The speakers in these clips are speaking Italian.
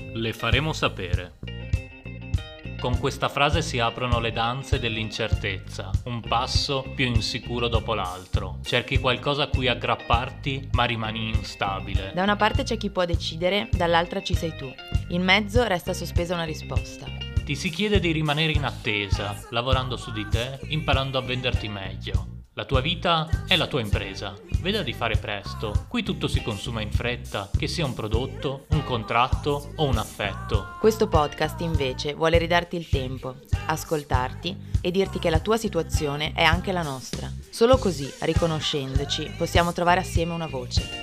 Le faremo sapere. Con questa frase si aprono le danze dell'incertezza, un passo più insicuro dopo l'altro. Cerchi qualcosa a cui aggrapparti, ma rimani instabile. Da una parte c'è chi può decidere, dall'altra ci sei tu. In mezzo resta sospesa una risposta. Ti si chiede di rimanere in attesa, lavorando su di te, imparando a venderti meglio. La tua vita è la tua impresa. Veda di fare presto. Qui tutto si consuma in fretta, che sia un prodotto, un contratto o un affetto. Questo podcast invece vuole ridarti il tempo, ascoltarti e dirti che la tua situazione è anche la nostra. Solo così, riconoscendoci, possiamo trovare assieme una voce.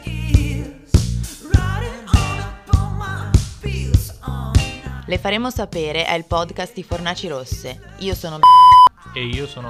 Le faremo sapere è il podcast di Fornaci Rosse. Io sono E io sono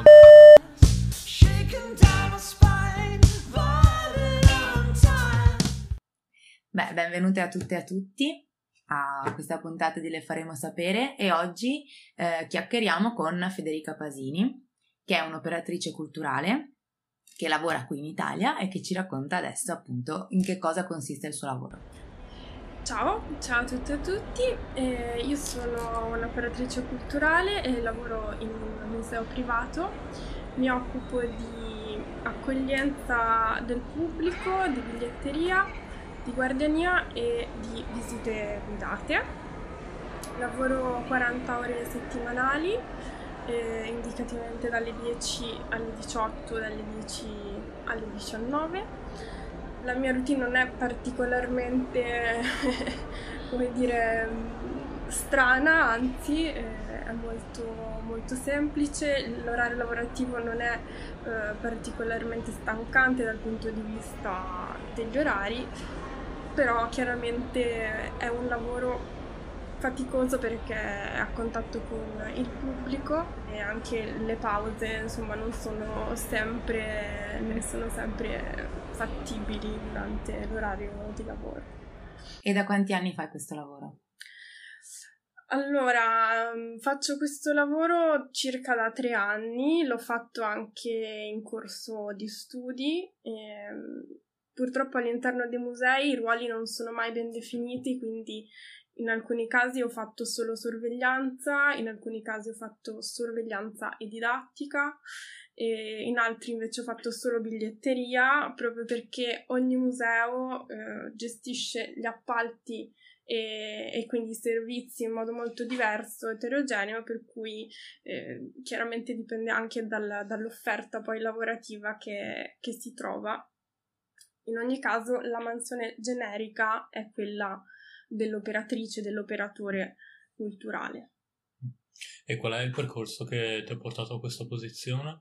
benvenute a tutte e a tutti a questa puntata di Le faremo sapere e oggi chiacchieriamo con Federica Pasini, che è un'operatrice culturale che lavora qui in Italia e che ci racconta adesso appunto in che cosa consiste il suo lavoro. Ciao a tutte e a tutti, io sono un'operatrice culturale e lavoro in un museo privato, mi occupo di accoglienza del pubblico, di biglietteria, di guardiania e di visite guidate. Lavoro 40 ore settimanali, indicativamente dalle 10 alle 18, dalle 10 alle 19. La mia routine non è particolarmente, come dire, strana, anzi è molto semplice. L'orario lavorativo non è particolarmente stancante dal punto di vista degli orari, però chiaramente è un lavoro faticoso perché è a contatto con il pubblico e anche le pause, insomma, non sono sempre fattibili durante l'orario di lavoro. E da quanti anni fai questo lavoro? Allora, faccio questo lavoro circa da 3 anni, l'ho fatto anche in corso di studi. Purtroppo all'interno dei musei i ruoli non sono mai ben definiti, quindi in alcuni casi ho fatto solo sorveglianza, in alcuni casi ho fatto sorveglianza e didattica, e in altri invece ho fatto solo biglietteria, proprio perché ogni museo gestisce gli appalti e quindi i servizi in modo molto diverso, eterogeneo, per cui chiaramente dipende anche dall'offerta poi lavorativa che si trova. In ogni caso la mansione generica è quella dell'operatrice, dell'operatore culturale. E qual è il percorso che ti ha portato a questa posizione?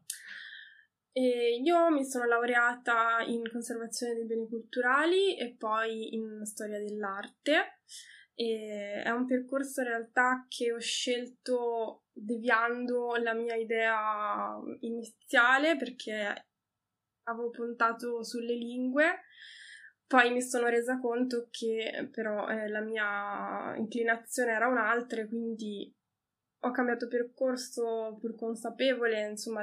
Io mi sono laureata in conservazione dei beni culturali e poi in storia dell'arte. È un percorso in realtà che ho scelto deviando la mia idea iniziale, perché avevo puntato sulle lingue. Poi mi sono resa conto che però la mia inclinazione era un'altra e quindi ho cambiato percorso pur consapevole, insomma,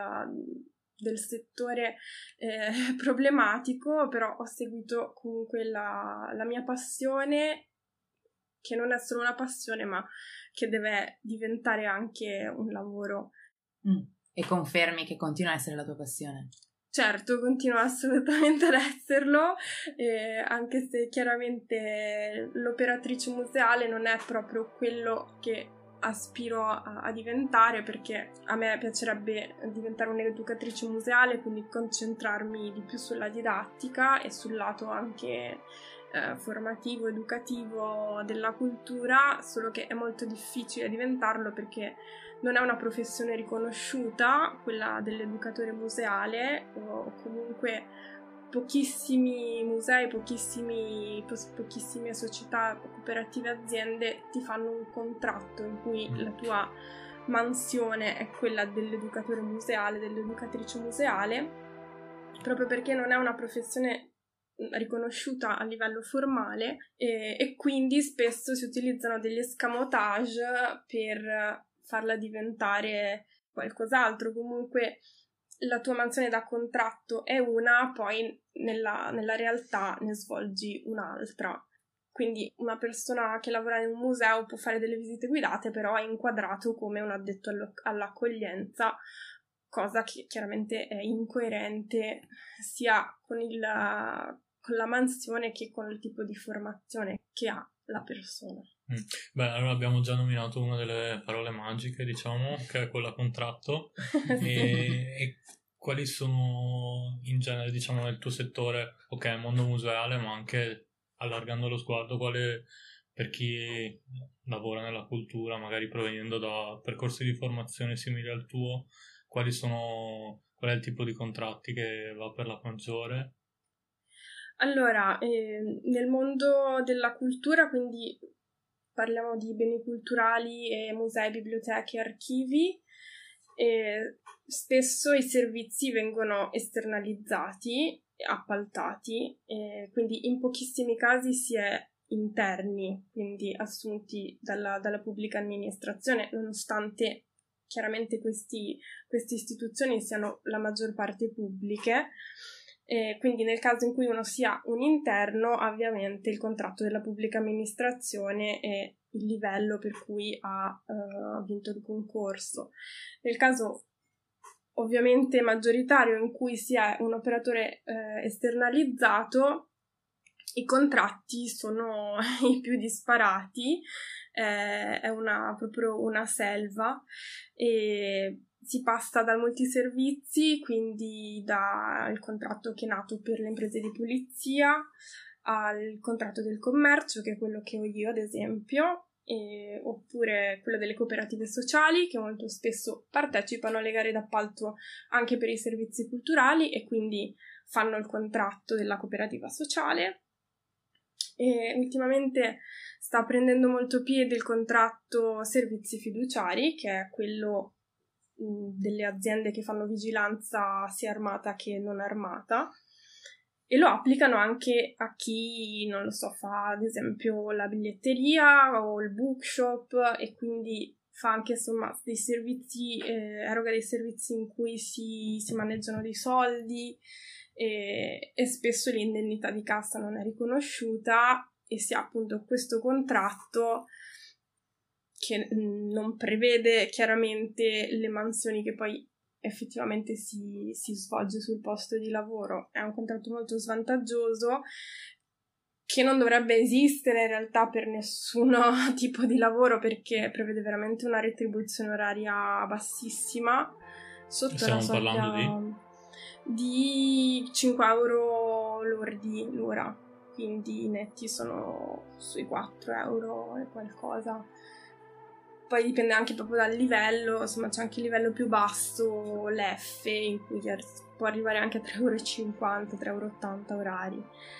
del settore problematico, però ho seguito comunque la mia passione, che non è solo una passione ma che deve diventare anche un lavoro. E confermi che continua a essere la tua passione? Certo, continua assolutamente ad esserlo, anche se chiaramente l'operatrice museale non è proprio quello che aspiro a diventare, perché a me piacerebbe diventare un'educatrice museale, quindi concentrarmi di più sulla didattica e sul lato anche formativo, educativo della cultura, solo che è molto difficile diventarlo perché non è una professione riconosciuta, quella dell'educatore museale, o comunque pochissimi musei, pochissime società, cooperative, aziende ti fanno un contratto in cui la tua mansione è quella dell'educatore museale, dell'educatrice museale, proprio perché non è una professione riconosciuta a livello formale e quindi spesso si utilizzano degli escamotage per farla diventare qualcos'altro. Comunque la tua mansione da contratto è una, poi nella realtà ne svolgi un'altra. quindi una persona che lavora in un museo può fare delle visite guidate, però è inquadrato come un addetto all'accoglienza, cosa che chiaramente è incoerente sia con la mansione che con il tipo di formazione che ha la persona. Beh, allora abbiamo già nominato una delle parole magiche, diciamo, che è quella contratto. Sì. E quali sono in genere, diciamo, nel tuo settore, ok, mondo museale, ma anche allargando lo sguardo, per chi lavora nella cultura, magari provenendo da percorsi di formazione simili al tuo, qual è il tipo di contratti che va per la maggiore? Allora, nel mondo della cultura, quindi parliamo di beni culturali e musei, biblioteche, archivi, spesso i servizi vengono esternalizzati, appaltati, quindi in pochissimi casi si è interni, quindi assunti dalla pubblica amministrazione, nonostante chiaramente queste istituzioni siano la maggior parte pubbliche. Quindi nel caso in cui uno sia un interno, ovviamente il contratto della pubblica amministrazione è il livello per cui ha vinto il concorso. Nel caso ovviamente maggioritario in cui si è un operatore esternalizzato, i contratti sono i più disparati, è proprio una selva, e si passa da molti servizi, quindi dal contratto che è nato per le imprese di pulizia al contratto del commercio, che è quello che ho io ad esempio, oppure quello delle cooperative sociali, che molto spesso partecipano alle gare d'appalto anche per i servizi culturali e quindi fanno il contratto della cooperativa sociale. E ultimamente sta prendendo molto piede il contratto servizi fiduciari, che è quello delle aziende che fanno vigilanza sia armata che non armata, e lo applicano anche a chi, non lo so, fa ad esempio la biglietteria o il bookshop, e quindi fa anche insomma dei servizi, eroga dei servizi in cui si maneggiano dei soldi, e spesso l'indennità di cassa non è riconosciuta e si ha appunto questo contratto che non prevede chiaramente le mansioni che poi effettivamente si svolge sul posto di lavoro. È un contratto molto svantaggioso che non dovrebbe esistere in realtà per nessun tipo di lavoro, perché prevede veramente una retribuzione oraria bassissima, sotto Stiamo la soglia parlando di 5 euro lordi l'ora, quindi i netti sono sui 4 euro e qualcosa. Poi dipende anche proprio dal livello, insomma c'è anche il livello più basso, l'F, in cui può arrivare anche a 3,50 euro, 3,80 euro orari.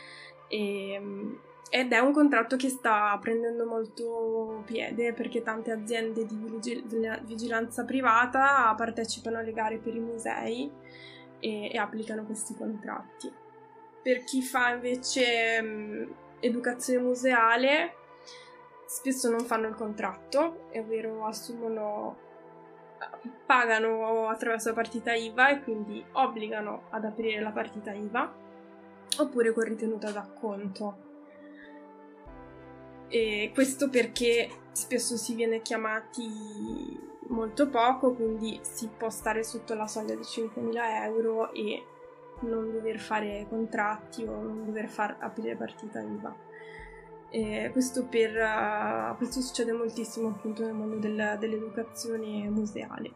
Ed è un contratto che sta prendendo molto piede, perché tante aziende di vigilanza privata partecipano alle gare per i musei e applicano questi contratti. Per chi fa invece educazione museale, spesso non fanno il contratto, ovvero pagano attraverso la partita IVA e quindi obbligano ad aprire la partita IVA, oppure con ritenuta d'acconto. E questo perché spesso si viene chiamati molto poco, quindi si può stare sotto la soglia di 5.000 euro e non dover fare contratti o non dover far aprire partita IVA. Questo succede moltissimo appunto nel mondo dell'educazione museale.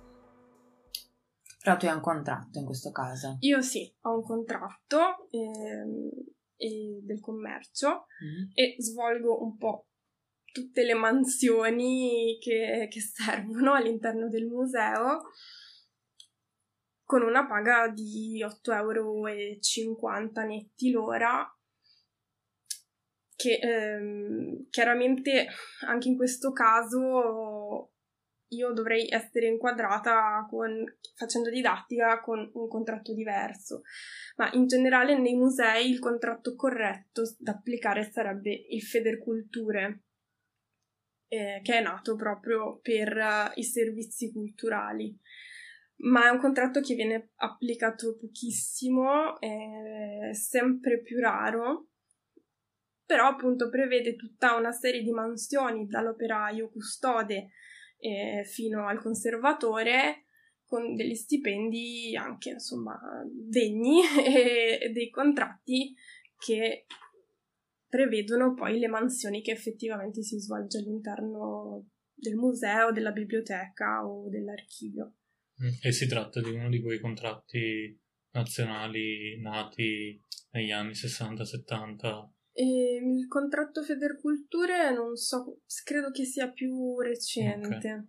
Però tu hai un contratto in questo caso? Io sì, ho un contratto del commercio e svolgo un po' tutte le mansioni che servono all'interno del museo, con una paga di 8,50 euro netti l'ora, che chiaramente anche in questo caso io dovrei essere inquadrata facendo didattica con un contratto diverso, ma in generale nei musei il contratto corretto da applicare sarebbe il Federculture, che è nato proprio per i servizi culturali, ma è un contratto che viene applicato pochissimo, è sempre più raro, però appunto prevede tutta una serie di mansioni dall'operaio custode fino al conservatore, con degli stipendi anche insomma degni e dei contratti che prevedono poi le mansioni che effettivamente si svolge all'interno del museo, della biblioteca o dell'archivio. E si tratta di uno di quei contratti nazionali nati negli anni 60-70? Il contratto Federculture non so, credo che sia più recente. Okay.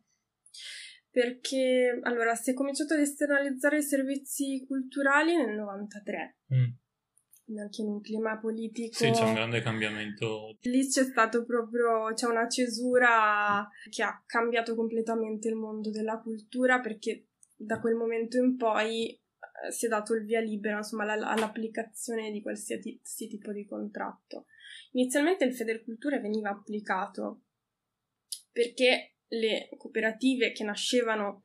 Perché, allora, si è cominciato ad esternalizzare i servizi culturali nel 93. Anche in un clima politico. Sì, c'è un grande cambiamento. Lì c'è una cesura che ha cambiato completamente il mondo della cultura, perché da quel momento in poi si è dato il via libera, insomma, all'applicazione di qualsiasi tipo di contratto. Inizialmente il Federculture veniva applicato perché le cooperative che nascevano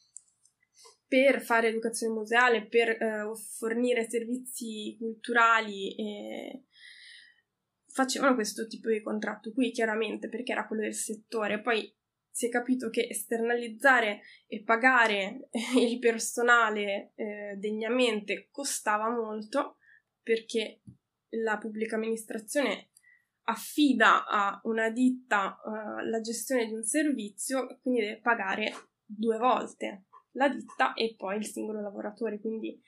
per fare educazione museale, per fornire servizi culturali, facevano questo tipo di contratto qui, chiaramente, perché era quello del settore. Poi si è capito che esternalizzare e pagare il personale degnamente costava molto, perché la pubblica amministrazione affida a una ditta la gestione di un servizio, quindi deve pagare 2 volte la ditta e poi il singolo lavoratore, quindi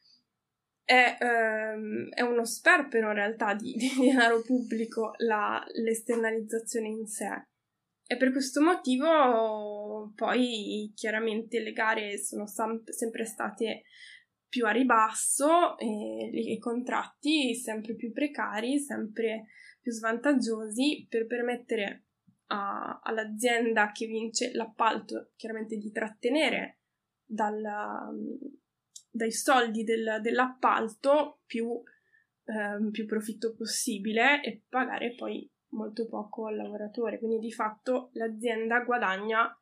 è uno sperpero in realtà di denaro pubblico l'esternalizzazione in sé. E per questo motivo poi chiaramente le gare sono sempre state più a ribasso e i contratti sempre più precari, sempre più svantaggiosi, per permettere all'azienda che vince l'appalto chiaramente di trattenere dai soldi dell'appalto più profitto possibile e pagare poi molto poco al lavoratore. Quindi di fatto l'azienda guadagna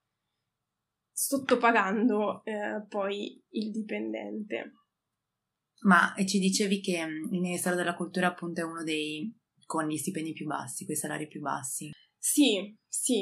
sottopagando poi il dipendente. Ma ci dicevi che il Ministero della Cultura appunto è uno con gli stipendi più bassi, con i salari più bassi. Sì,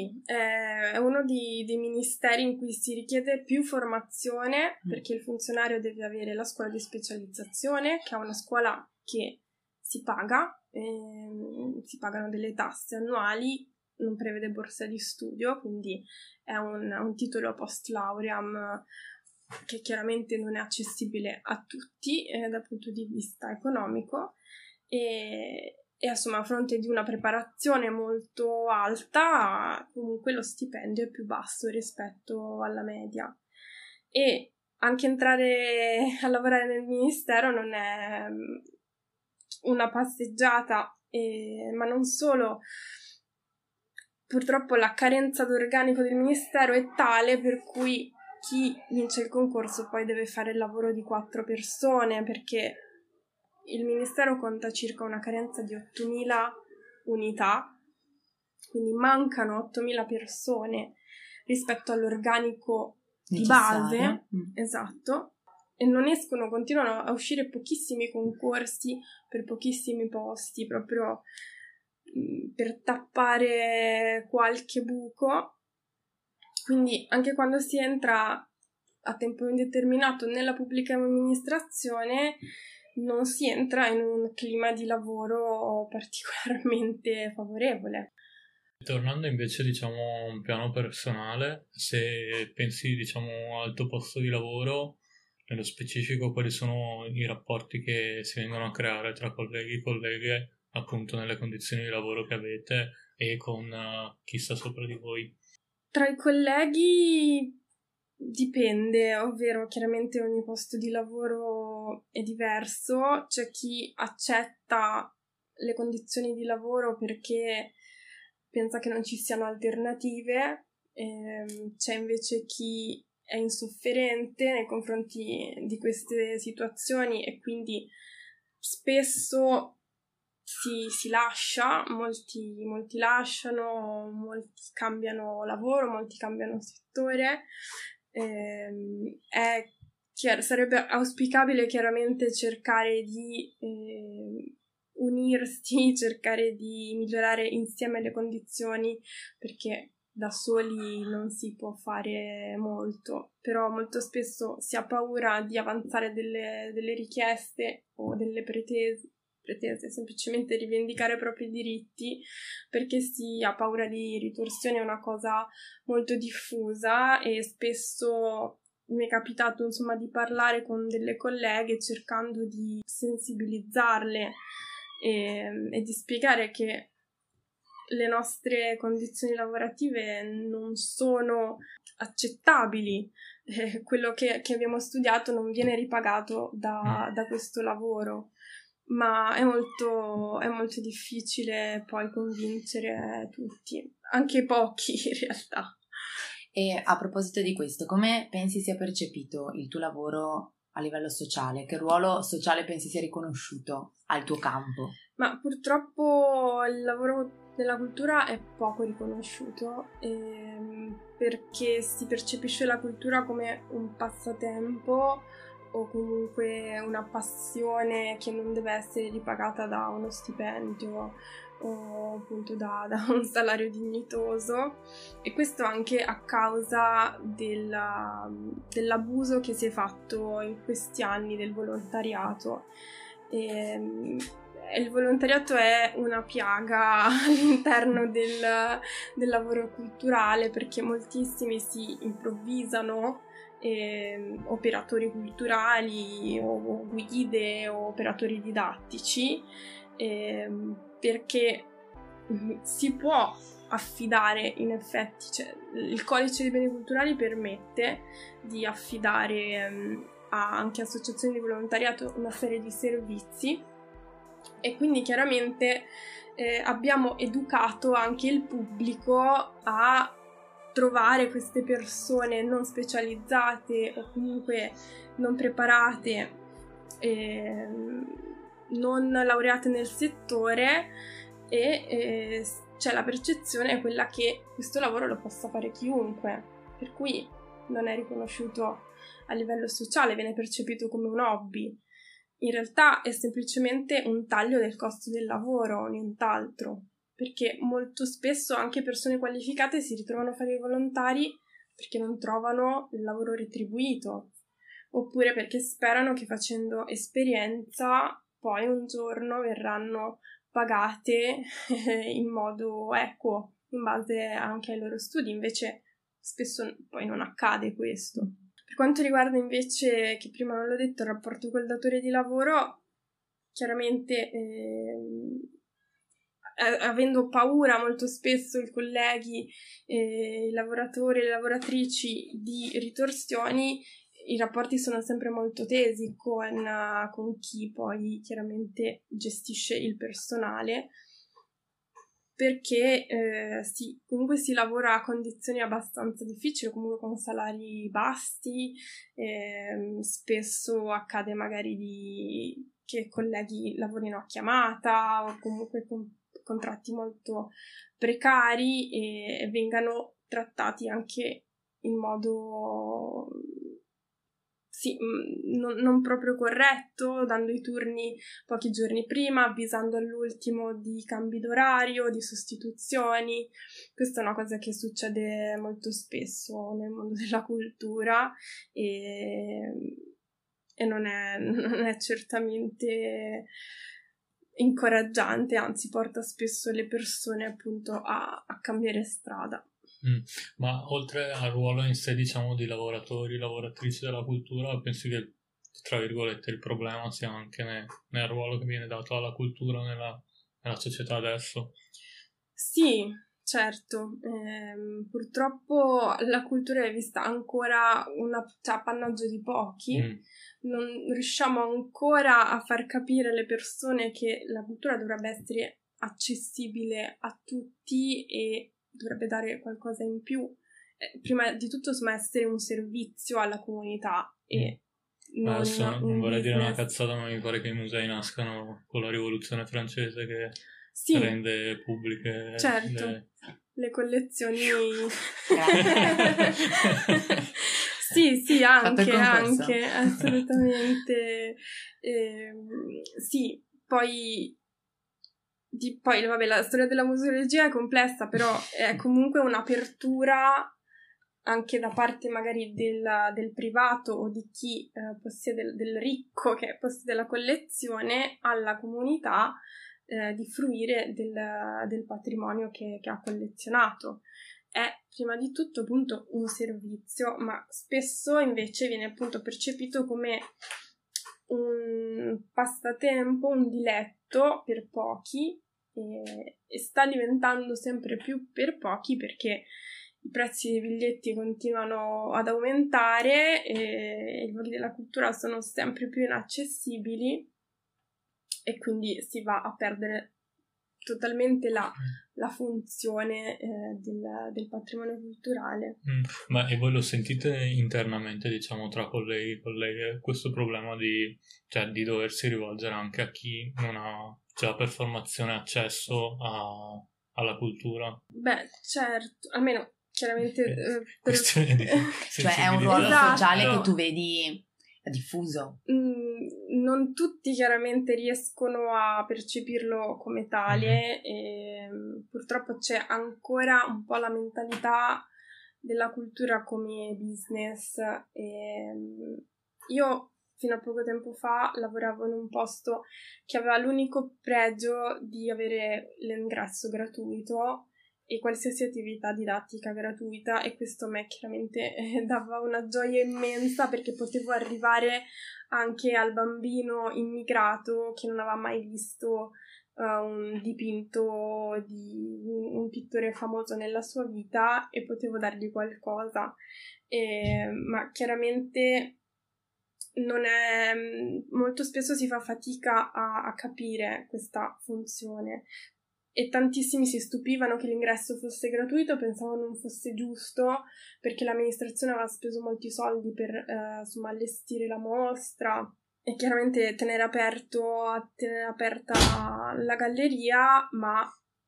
è uno dei ministeri in cui si richiede più formazione, perché il funzionario deve avere la scuola di specializzazione, che è una scuola che si paga, si pagano delle tasse annuali, non prevede borsa di studio, quindi è un titolo post lauream che chiaramente non è accessibile a tutti dal punto di vista economico, e insomma a fronte di una preparazione molto alta comunque lo stipendio è più basso rispetto alla media. E anche entrare a lavorare nel ministero non è una passeggiata, ma non solo, purtroppo la carenza d'organico del ministero è tale per cui chi vince il concorso poi deve fare il lavoro di 4 persone, perché il Ministero conta circa una carenza di 8.000 unità, quindi mancano 8.000 persone rispetto all'organico di base, esatto, e continuano a uscire pochissimi concorsi per pochissimi posti, proprio per tappare qualche buco. Quindi anche quando si entra a tempo indeterminato nella pubblica amministrazione non si entra in un clima di lavoro particolarmente favorevole. Tornando invece, diciamo, a un piano personale, se pensi, diciamo, al tuo posto di lavoro, nello specifico quali sono i rapporti che si vengono a creare tra colleghi e colleghe, appunto nelle condizioni di lavoro che avete e con chi sta sopra di voi? Tra i colleghi dipende, ovvero chiaramente ogni posto di lavoro è diverso, c'è chi accetta le condizioni di lavoro perché pensa che non ci siano alternative, c'è invece chi è insofferente nei confronti di queste situazioni e quindi spesso si lascia, molti lasciano, molti cambiano lavoro, molti cambiano settore. Sarebbe auspicabile chiaramente cercare di unirsi, cercare di migliorare insieme le condizioni, perché da soli non si può fare molto, però molto spesso si ha paura di avanzare delle richieste o delle pretese, semplicemente rivendicare i propri diritti, perché si ha paura di ritorsione. È una cosa molto diffusa e spesso mi è capitato insomma di parlare con delle colleghe cercando di sensibilizzarle e di spiegare che le nostre condizioni lavorative non sono accettabili, quello che abbiamo studiato non viene ripagato da questo lavoro, ma è molto difficile poi convincere tutti, anche pochi in realtà. E a proposito di questo, come pensi sia percepito il tuo lavoro a livello sociale? Che ruolo sociale pensi sia riconosciuto al tuo campo? Ma purtroppo il lavoro della cultura è poco riconosciuto, perché si percepisce la cultura come un passatempo o comunque una passione che non deve essere ripagata da uno stipendio o appunto da un salario dignitoso, e questo anche a causa dell'abuso che si è fatto in questi anni del volontariato. Il volontariato è una piaga all'interno del lavoro culturale, perché moltissimi si improvvisano operatori culturali o guide o operatori didattici, perché si può affidare, in effetti, cioè, il codice dei beni culturali permette di affidare anche associazioni di volontariato una serie di servizi, e quindi chiaramente abbiamo educato anche il pubblico a trovare queste persone non specializzate o comunque non preparate, non laureate nel settore, e c'è la percezione è quella che questo lavoro lo possa fare chiunque, per cui non è riconosciuto a livello sociale, viene percepito come un hobby. In realtà è semplicemente un taglio del costo del lavoro, nient'altro, perché molto spesso anche persone qualificate si ritrovano a fare i volontari perché non trovano il lavoro retribuito, oppure perché sperano che facendo esperienza poi un giorno verranno pagate in modo equo, in base anche ai loro studi. Invece spesso poi non accade questo. Per quanto riguarda invece, che prima non l'ho detto, il rapporto col datore di lavoro, chiaramente avendo paura molto spesso i colleghi, i lavoratori e le lavoratrici di ritorsioni, i rapporti sono sempre molto tesi con chi poi chiaramente gestisce il personale, perché comunque si lavora a condizioni abbastanza difficili, comunque con salari bassi, spesso accade magari che colleghi lavorino a chiamata o comunque con contratti molto precari e vengano trattati anche in modo non proprio corretto, dando i turni pochi giorni prima, avvisando all'ultimo di cambi d'orario, di sostituzioni. Questa è una cosa che succede molto spesso nel mondo della cultura e non è certamente incoraggiante, anzi porta spesso le persone appunto a cambiare strada. Ma oltre al ruolo in sé, diciamo, di lavoratori, lavoratrici della cultura, pensi che, tra virgolette, il problema sia anche nel ruolo che viene dato alla cultura nella società adesso? Sì, certo. Purtroppo la cultura è vista ancora appannaggio di pochi. Non riusciamo ancora a far capire alle persone che la cultura dovrebbe essere accessibile a tutti e dovrebbe dare qualcosa in più. Prima di tutto essere un servizio alla comunità e adesso non vorrei dire una cazzata, ma mi pare che i musei nascano con la rivoluzione francese che rende pubbliche le collezioni. sì, anche assolutamente. Sì, poi poi vabbè, la storia della museologia è complessa, però è comunque un'apertura anche da parte magari del privato o di chi possiede del ricco che possiede la collezione alla comunità di fruire del patrimonio che ha collezionato. È prima di tutto appunto un servizio, ma spesso invece viene appunto percepito come un passatempo, un diletto per pochi e sta diventando sempre più per pochi perché i prezzi dei biglietti continuano ad aumentare e i luoghi della cultura sono sempre più inaccessibili e quindi si va a perdere totalmente la funzione del patrimonio culturale. Ma e voi lo sentite internamente, diciamo, tra colleghi, colleghe, questo problema di doversi rivolgere anche a chi non ha già per formazione accesso alla cultura? Beh, certo, almeno chiaramente questione di cioè è un ruolo esatto. sociale che tu vedi diffuso. Non tutti chiaramente riescono a percepirlo come tale e purtroppo c'è ancora un po' la mentalità della cultura come business. Io fino a poco tempo fa lavoravo in un posto che aveva l'unico pregio di avere l'ingresso gratuito e qualsiasi attività didattica gratuita e questo a me chiaramente dava una gioia immensa perché potevo arrivare anche al bambino immigrato che non aveva mai visto un dipinto di un pittore famoso nella sua vita e potevo dargli qualcosa, ma chiaramente non è molto spesso si fa fatica a capire questa funzione. E tantissimi si stupivano che l'ingresso fosse gratuito, pensavano non fosse giusto perché l'amministrazione aveva speso molti soldi per allestire la mostra e chiaramente tenere aperta la galleria, ma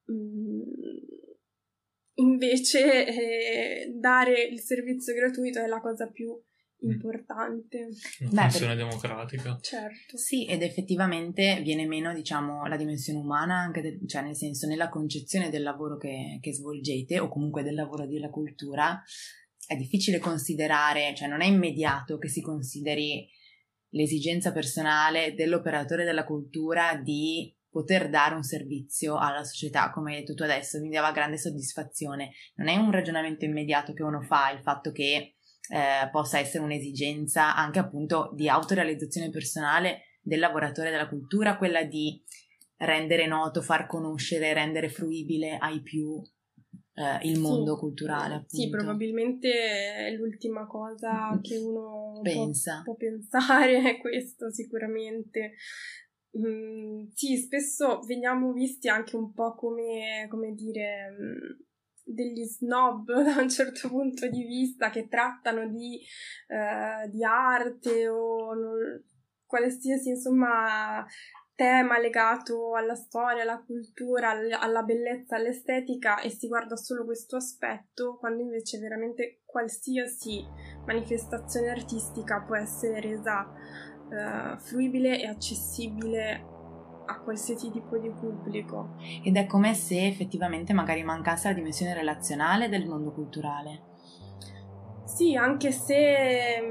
invece dare il servizio gratuito è la cosa più importante. Una funzione democratica. Certo. Sì, ed effettivamente viene meno, diciamo, la dimensione umana anche cioè nel senso nella concezione del lavoro che svolgete o comunque del lavoro della cultura è difficile considerare, cioè non è immediato che si consideri l'esigenza personale dell'operatore della cultura di poter dare un servizio alla società, come hai detto tu adesso, mi dava grande soddisfazione. Non è un ragionamento immediato che uno fa, il fatto che possa essere un'esigenza anche appunto di autorealizzazione personale del lavoratore della cultura, quella di rendere noto, far conoscere, rendere fruibile ai più il mondo culturale, appunto. Sì, probabilmente è l'ultima cosa che uno può pensare, è questo sicuramente. Sì, spesso veniamo visti anche un po' come dire degli snob da un certo punto di vista che trattano di arte o qualsiasi insomma tema legato alla storia, alla cultura, alla bellezza, all'estetica e si guarda solo questo aspetto quando invece veramente qualsiasi manifestazione artistica può essere resa fruibile e accessibile a qualsiasi tipo di pubblico. Ed è come se effettivamente magari mancasse la dimensione relazionale del mondo culturale. Sì, anche se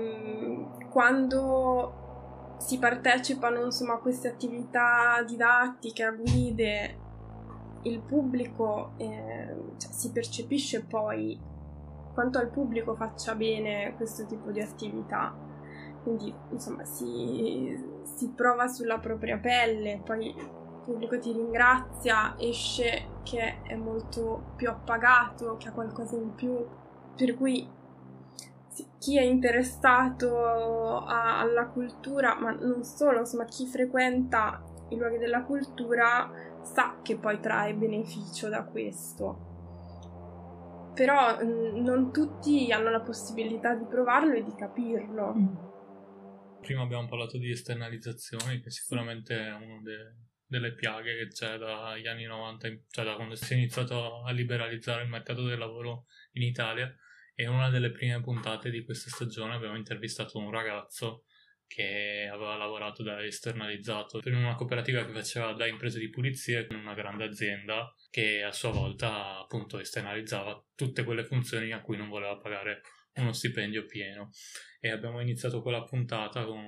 quando si partecipano insomma a queste attività didattiche, a guide, il pubblico si percepisce poi quanto al pubblico faccia bene questo tipo di attività. Quindi insomma si prova sulla propria pelle, poi il pubblico ti ringrazia, esce che è molto più appagato, che ha qualcosa in più, per cui chi è interessato alla cultura, ma non solo, insomma chi frequenta i luoghi della cultura sa che poi trae beneficio da questo. Però non tutti hanno la possibilità di provarlo e di capirlo. Prima abbiamo parlato di esternalizzazioni, che sicuramente è una delle piaghe che c'è dagli anni 90, cioè da quando si è iniziato a liberalizzare il mercato del lavoro in Italia. E in una delle prime puntate di questa stagione abbiamo intervistato un ragazzo che aveva lavorato da esternalizzato per una cooperativa che faceva da imprese di pulizie in una grande azienda che a sua volta appunto esternalizzava tutte quelle funzioni a cui non voleva pagare uno stipendio pieno. E abbiamo iniziato quella puntata con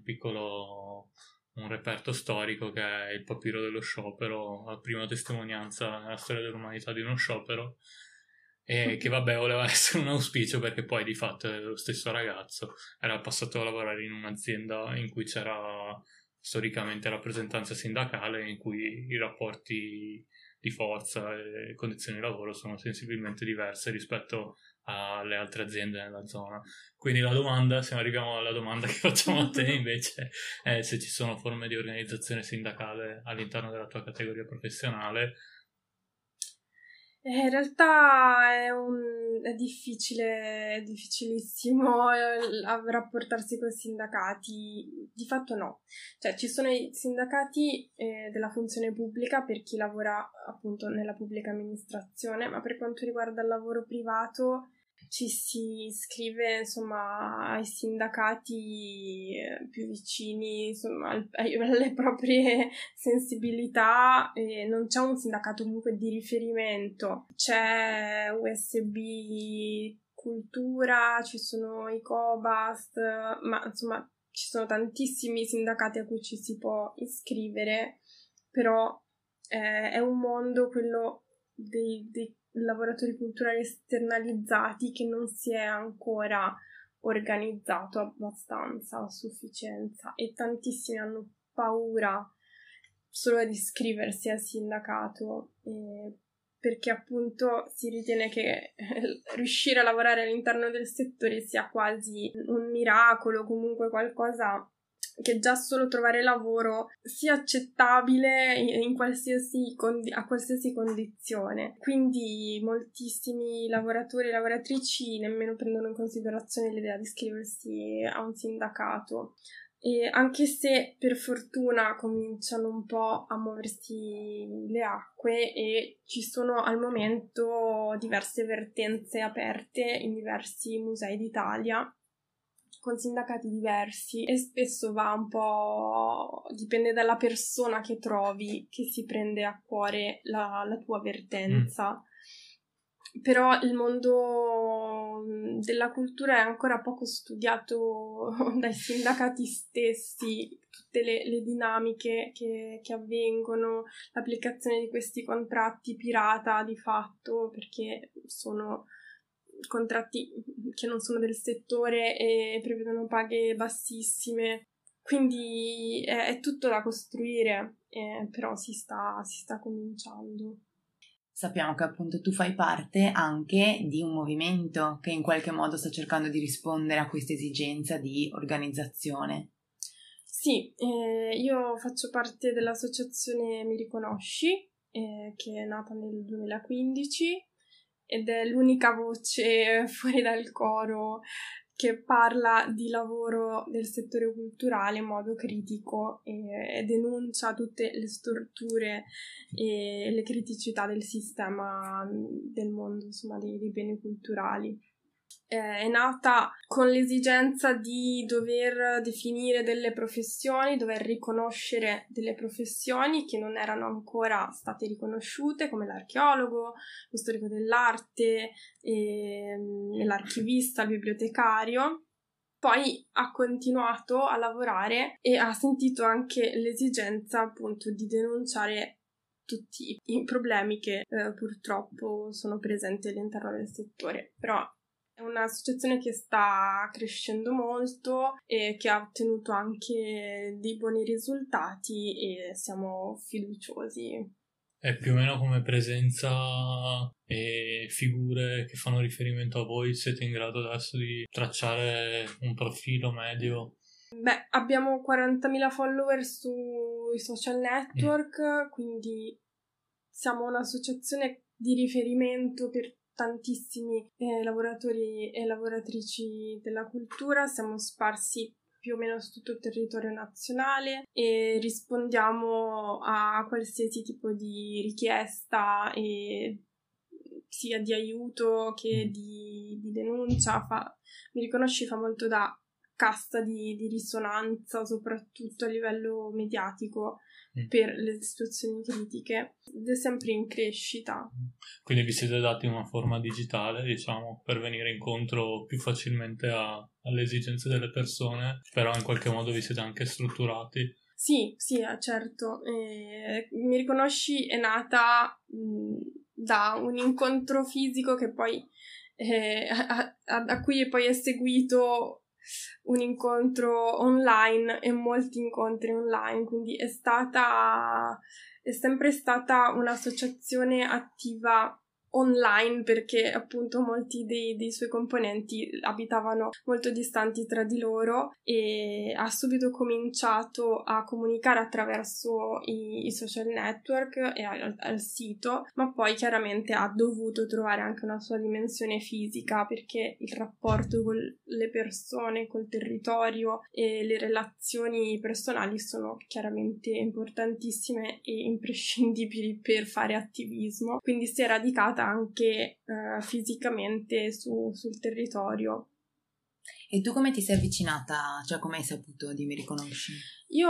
un reperto storico che è il papiro dello sciopero, la prima testimonianza nella storia dell'umanità di uno sciopero, e che vabbè voleva essere un auspicio perché poi di fatto lo stesso ragazzo era passato a lavorare in un'azienda in cui c'era storicamente rappresentanza sindacale, in cui i rapporti di forza e condizioni di lavoro sono sensibilmente diverse rispetto alle altre aziende nella zona. Quindi se arriviamo alla domanda che facciamo a te invece è se ci sono forme di organizzazione sindacale all'interno della tua categoria professionale. In realtà è difficilissimo rapportarsi con i sindacati. Di fatto no. Cioè ci sono i sindacati della funzione pubblica per chi lavora appunto nella pubblica amministrazione, ma per quanto riguarda il lavoro privato ci si iscrive insomma ai sindacati più vicini insomma alle proprie sensibilità, e non c'è un sindacato comunque di riferimento. C'è USB Cultura, ci sono i Cobast, ma insomma ci sono tantissimi sindacati a cui ci si può iscrivere, però è un mondo quello dei lavoratori culturali esternalizzati che non si è ancora organizzato abbastanza a sufficienza, e tantissimi hanno paura solo di iscriversi al sindacato perché appunto si ritiene che riuscire a lavorare all'interno del settore sia quasi un miracolo, comunque qualcosa che già solo trovare lavoro sia accettabile a qualsiasi condizione. Quindi moltissimi lavoratori e lavoratrici nemmeno prendono in considerazione l'idea di iscriversi a un sindacato. E anche se per fortuna cominciano un po' a muoversi le acque e ci sono al momento diverse vertenze aperte in diversi musei d'Italia con sindacati diversi, e spesso va un po', dipende dalla persona che trovi che si prende a cuore la tua vertenza. Però il mondo della cultura è ancora poco studiato dai sindacati stessi, tutte le dinamiche che avvengono, l'applicazione di questi contratti pirata di fatto, perché sono contratti che non sono del settore e prevedono paghe bassissime. Quindi è tutto da costruire, però si sta cominciando. Sappiamo che appunto tu fai parte anche di un movimento che in qualche modo sta cercando di rispondere a questa esigenza di organizzazione. Sì, io faccio parte dell'associazione Mi Riconosci, che è nata nel 2015 ed è l'unica voce fuori dal coro che parla di lavoro del settore culturale in modo critico e denuncia tutte le storture e le criticità del sistema del mondo, insomma, dei beni culturali. È nata con l'esigenza di dover definire delle professioni, dover riconoscere delle professioni che non erano ancora state riconosciute, come l'archeologo, lo storico dell'arte, l'archivista, il bibliotecario. Poi ha continuato a lavorare e ha sentito anche l'esigenza appunto di denunciare tutti i problemi che purtroppo sono presenti all'interno del settore, però è un'associazione che sta crescendo molto e che ha ottenuto anche dei buoni risultati e siamo fiduciosi. È più o meno come presenza e figure che fanno riferimento a voi, siete in grado adesso di tracciare un profilo medio? Beh, abbiamo 40.000 follower sui social network, quindi siamo un'associazione di riferimento per tantissimi lavoratori e lavoratrici della cultura. Siamo sparsi più o meno su tutto il territorio nazionale e rispondiamo a qualsiasi tipo di richiesta, sia di aiuto che di denuncia. Mi Riconosci fa molto da cassa di risonanza, soprattutto a livello mediatico, per le situazioni critiche, ed è sempre in crescita. Quindi vi siete dati una forma digitale, diciamo, per venire incontro più facilmente alle esigenze delle persone, però in qualche modo vi siete anche strutturati. Sì, certo. Mi riconosci è nata da un incontro fisico che poi a cui poi è seguito un incontro online e molti incontri online, quindi è sempre stata un'associazione attiva online, perché appunto molti dei suoi componenti abitavano molto distanti tra di loro, e ha subito cominciato a comunicare attraverso i social network e al sito, ma poi chiaramente ha dovuto trovare anche una sua dimensione fisica, perché il rapporto con le persone, col territorio e le relazioni personali sono chiaramente importantissime e imprescindibili per fare attivismo, quindi si è radicata anche fisicamente sul territorio. E tu come ti sei avvicinata? Cioè, come hai saputo di Mi Riconosci? Io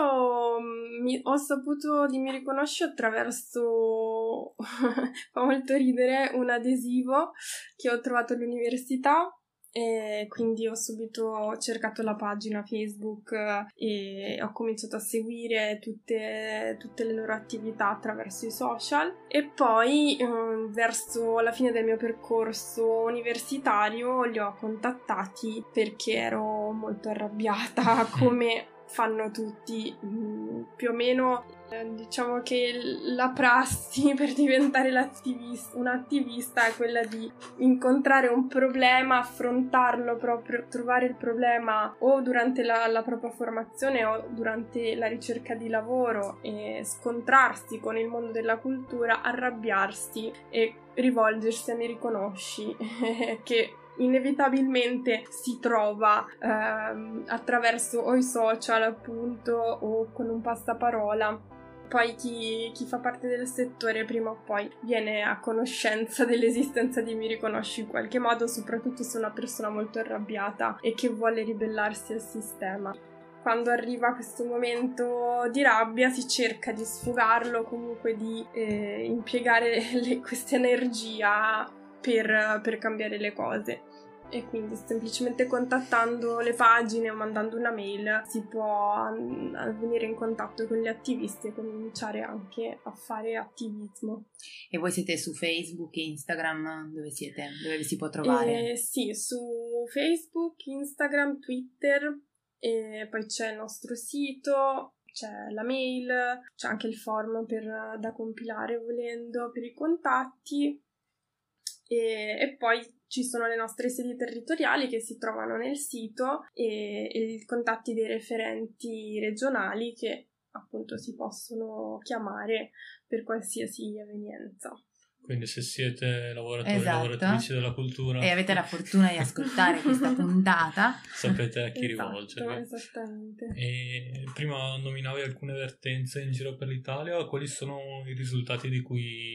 ho saputo di Mi Riconosci attraverso, fa molto ridere, un adesivo che ho trovato all'università, e quindi ho subito cercato la pagina Facebook e ho cominciato a seguire tutte le loro attività attraverso i social, e poi verso la fine del mio percorso universitario li ho contattati perché ero molto arrabbiata, come fanno tutti, più o meno. Diciamo che la prassi per diventare un attivista è quella di incontrare un problema, affrontarlo proprio, trovare il problema o durante la propria formazione o durante la ricerca di lavoro, e scontrarsi con il mondo della cultura, arrabbiarsi e rivolgersi a Mi Riconosci che inevitabilmente si trova attraverso o i social, appunto, o con un passaparola. Poi chi fa parte del settore prima o poi viene a conoscenza dell'esistenza di Mi Riconosci in qualche modo, soprattutto se è una persona molto arrabbiata e che vuole ribellarsi al sistema. Quando arriva questo momento di rabbia si cerca di sfogarlo, comunque di impiegare questa energia per cambiare le cose. E quindi semplicemente contattando le pagine o mandando una mail si può venire in contatto con gli attivisti e cominciare anche a fare attivismo. E voi siete su Facebook e Instagram? Dove siete? Dove vi si può trovare? Sì, su Facebook, Instagram, Twitter, e poi c'è il nostro sito, c'è la mail, c'è anche il form da compilare volendo per i contatti, e poi ci sono le nostre sedi territoriali che si trovano nel sito, e i contatti dei referenti regionali che appunto si possono chiamare per qualsiasi evenienza. Quindi se siete lavoratori e Esatto. lavoratrici della cultura e avete la fortuna di ascoltare questa puntata, sapete a chi Esatto, rivolgervi. Esattamente. E prima nominavi alcune vertenze in giro per l'Italia. Quali sono i risultati i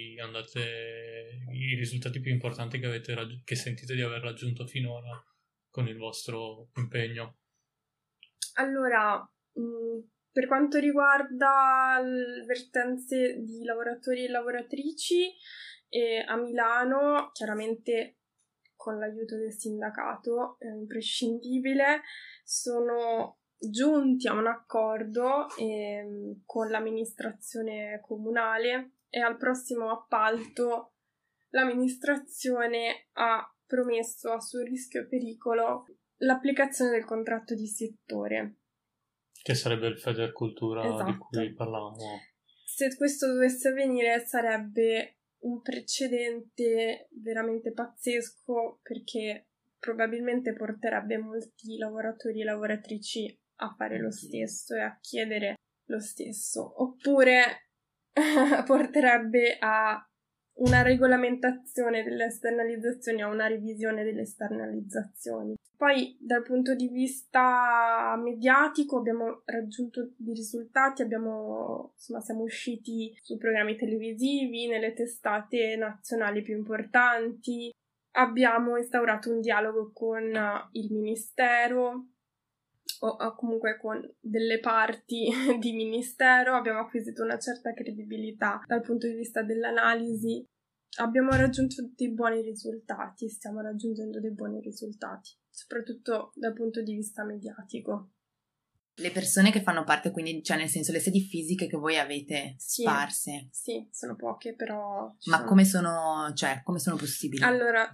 risultati più importanti che sentite di aver raggiunto finora con il vostro impegno? Allora, per quanto riguarda le vertenze di lavoratori e lavoratrici, a Milano, chiaramente con l'aiuto del sindacato imprescindibile, sono giunti a un accordo con l'amministrazione comunale, e al prossimo appalto l'amministrazione ha promesso a suo rischio e pericolo l'applicazione del contratto di settore. Che sarebbe il Federcultura, Esatto. di cui parlavamo. Se questo dovesse avvenire sarebbe un precedente veramente pazzesco, perché probabilmente porterebbe molti lavoratori e lavoratrici a fare lo stesso e a chiedere lo stesso, oppure porterebbe a una regolamentazione delle esternalizzazioni, a una revisione delle esternalizzazioni. Poi dal punto di vista mediatico abbiamo raggiunto dei risultati, siamo usciti su programmi televisivi, nelle testate nazionali più importanti, abbiamo instaurato un dialogo con il Ministero, o comunque con delle parti di ministero, abbiamo acquisito una certa credibilità dal punto di vista dell'analisi, abbiamo raggiunto dei buoni risultati, stiamo raggiungendo dei buoni risultati, soprattutto dal punto di vista mediatico. Le persone che fanno parte, quindi, cioè nel senso le sedi fisiche che voi avete sparse. Sì, sono poche, però... Ma come sono possibili? Allora,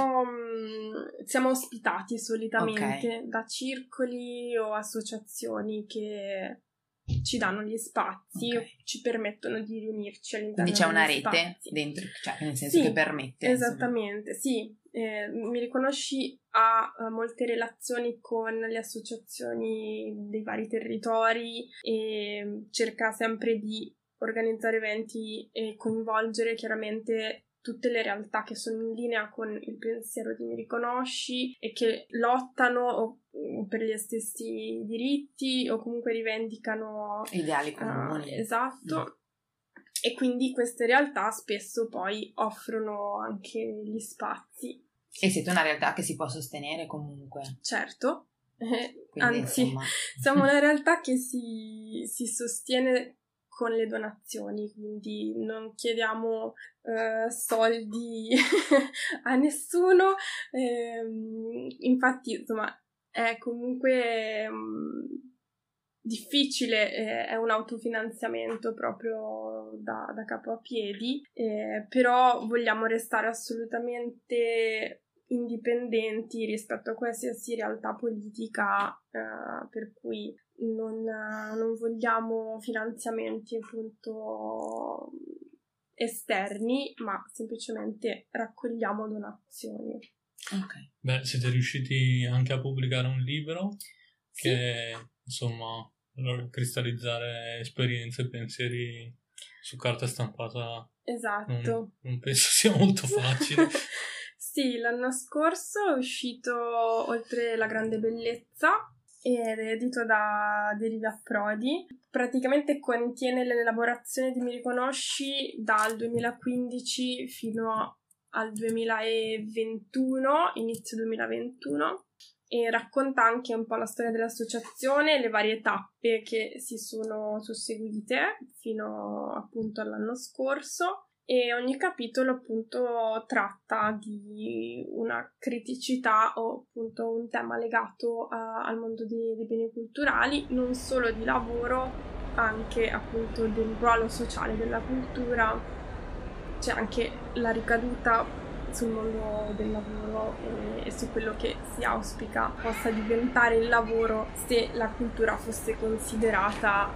siamo ospitati solitamente da circoli o associazioni che ci danno gli spazi, ci permettono di riunirci all'interno quindi c'è una degli rete spazi. dentro, cioè nel senso che permette. Esattamente, sì. Mi riconosci ha molte relazioni con le associazioni dei vari territori e cerca sempre di organizzare eventi e coinvolgere chiaramente tutte le realtà che sono in linea con il pensiero di Mi Riconosci e che lottano per gli stessi diritti o comunque rivendicano ideali comuni. Esatto. E quindi queste realtà spesso poi offrono anche gli spazi. E siete una realtà che si può sostenere comunque. Certo, quindi, anzi, insomma... siamo una realtà che si sostiene con le donazioni, quindi non chiediamo soldi a nessuno, infatti insomma è comunque difficile, è un autofinanziamento proprio da capo a piedi, però vogliamo restare assolutamente indipendenti rispetto a qualsiasi realtà politica, per cui non vogliamo finanziamenti appunto esterni, ma semplicemente raccogliamo donazioni. Okay. Beh, siete riusciti anche a pubblicare un libro che insomma cristallizzare esperienze e pensieri su carta stampata. Esatto. Non penso sia molto facile. Sì, l'anno scorso è uscito Oltre la grande bellezza ed è edito da Deriva Prodi. Praticamente contiene l'elaborazione di Mi Riconosci dal 2015 fino al 2021, inizio 2021, e racconta anche un po' la storia dell'associazione, le varie tappe che si sono susseguite fino appunto all'anno scorso. E ogni capitolo appunto tratta di una criticità o appunto un tema legato al mondo dei beni culturali, non solo di lavoro, anche appunto del ruolo sociale della cultura. C'è anche la ricaduta sul mondo del lavoro e su quello che si auspica possa diventare il lavoro se la cultura fosse considerata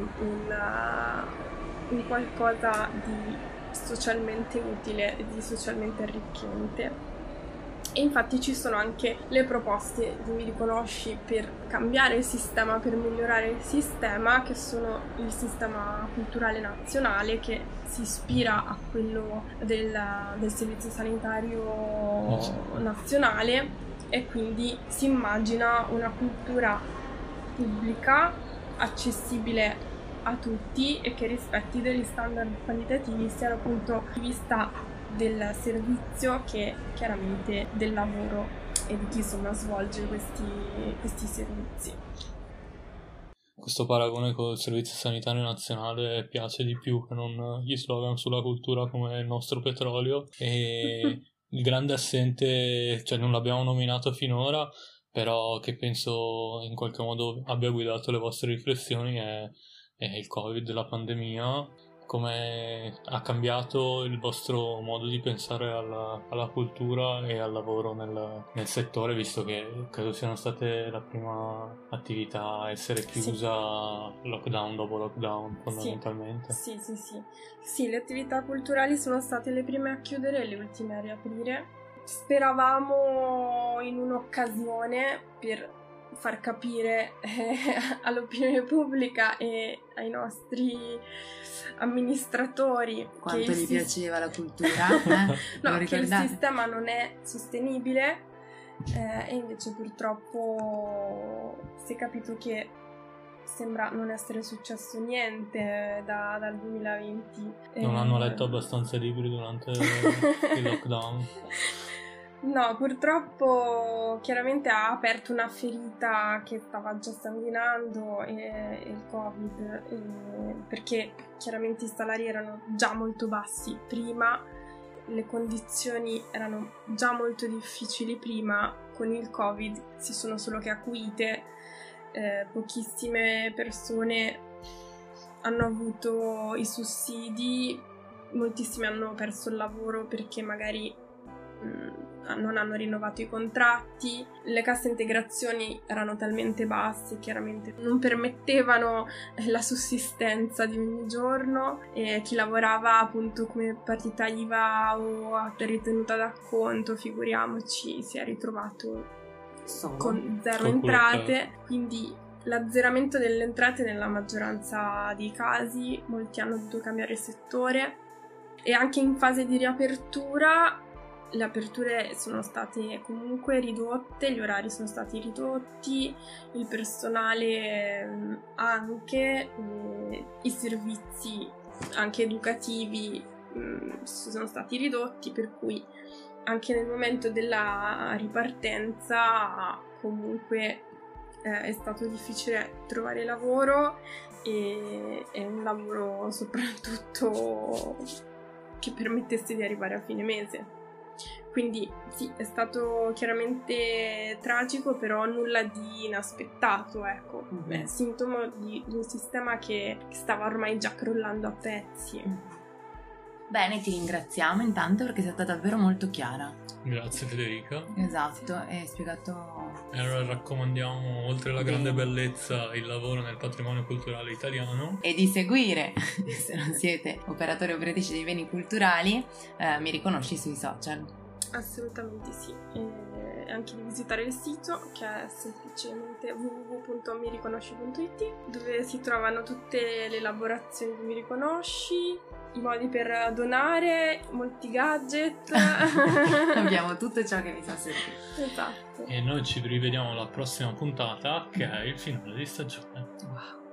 un qualcosa di socialmente utile e di socialmente arricchente. E infatti ci sono anche le proposte di Mi Riconosci per cambiare il sistema, per migliorare il sistema, che sono il sistema culturale nazionale, che si ispira a quello del servizio sanitario nazionale, e quindi si immagina una cultura pubblica accessibile a tutti e che rispetti degli standard qualitativi sia dal punto di vista del servizio che chiaramente del lavoro e di chi insomma svolge questi servizi. Questo paragone col Servizio Sanitario Nazionale piace di più che non gli slogan sulla cultura come il nostro petrolio, e il grande assente, cioè non l'abbiamo nominato finora, però che penso in qualche modo abbia guidato le vostre riflessioni è il Covid, la pandemia. Come ha cambiato il vostro modo di pensare alla cultura e al lavoro nel settore, visto che credo siano state la prima attività a essere chiusa, lockdown dopo lockdown fondamentalmente. Sì, le attività culturali sono state le prime a chiudere e le ultime a riaprire. Speravamo in un'occasione per far capire all'opinione pubblica e ai nostri amministratori quanto gli piaceva la cultura, no, che il sistema non è sostenibile, e invece purtroppo si è capito che sembra non essere successo niente dal 2020. Non hanno letto abbastanza libri durante il lockdown. No, purtroppo chiaramente ha aperto una ferita che stava già sanguinando il Covid, perché chiaramente i salari erano già molto bassi prima, le condizioni erano già molto difficili prima, con il Covid si sono solo che acuite, pochissime persone hanno avuto i sussidi, moltissime hanno perso il lavoro perché magari non hanno rinnovato i contratti, le casse integrazioni erano talmente basse, chiaramente non permettevano la sussistenza di ogni giorno, e chi lavorava appunto come partita IVA o a ritenuta d'acconto, figuriamoci, si è ritrovato con zero entrate, quindi l'azzeramento delle entrate nella maggioranza dei casi, molti hanno dovuto cambiare settore, e anche in fase di riapertura le aperture sono state comunque ridotte, gli orari sono stati ridotti, il personale anche, i servizi anche educativi sono stati ridotti, per cui anche nel momento della ripartenza comunque è stato difficile trovare lavoro, e un lavoro soprattutto che permettesse di arrivare a fine mese. Quindi sì, è stato chiaramente tragico, però nulla di inaspettato, ecco. È sintomo di un sistema che stava ormai già crollando a pezzi. Bene, ti ringraziamo intanto perché sei stata davvero molto chiara. Grazie Federica. Esatto, hai spiegato. E allora raccomandiamo, oltre alla grande bellezza, il lavoro nel patrimonio culturale italiano. E di seguire, se non siete operatori o operatrici dei beni culturali, Mi Riconosci sui social. Assolutamente sì, e anche di visitare il sito, che è semplicemente www.miriconosci.it, dove si trovano tutte le elaborazioni di Mi Riconosci, i modi per donare, molti gadget. Abbiamo tutto ciò che vi fa servire. Esatto. E noi ci rivediamo alla prossima puntata, che è il finale di stagione. Wow.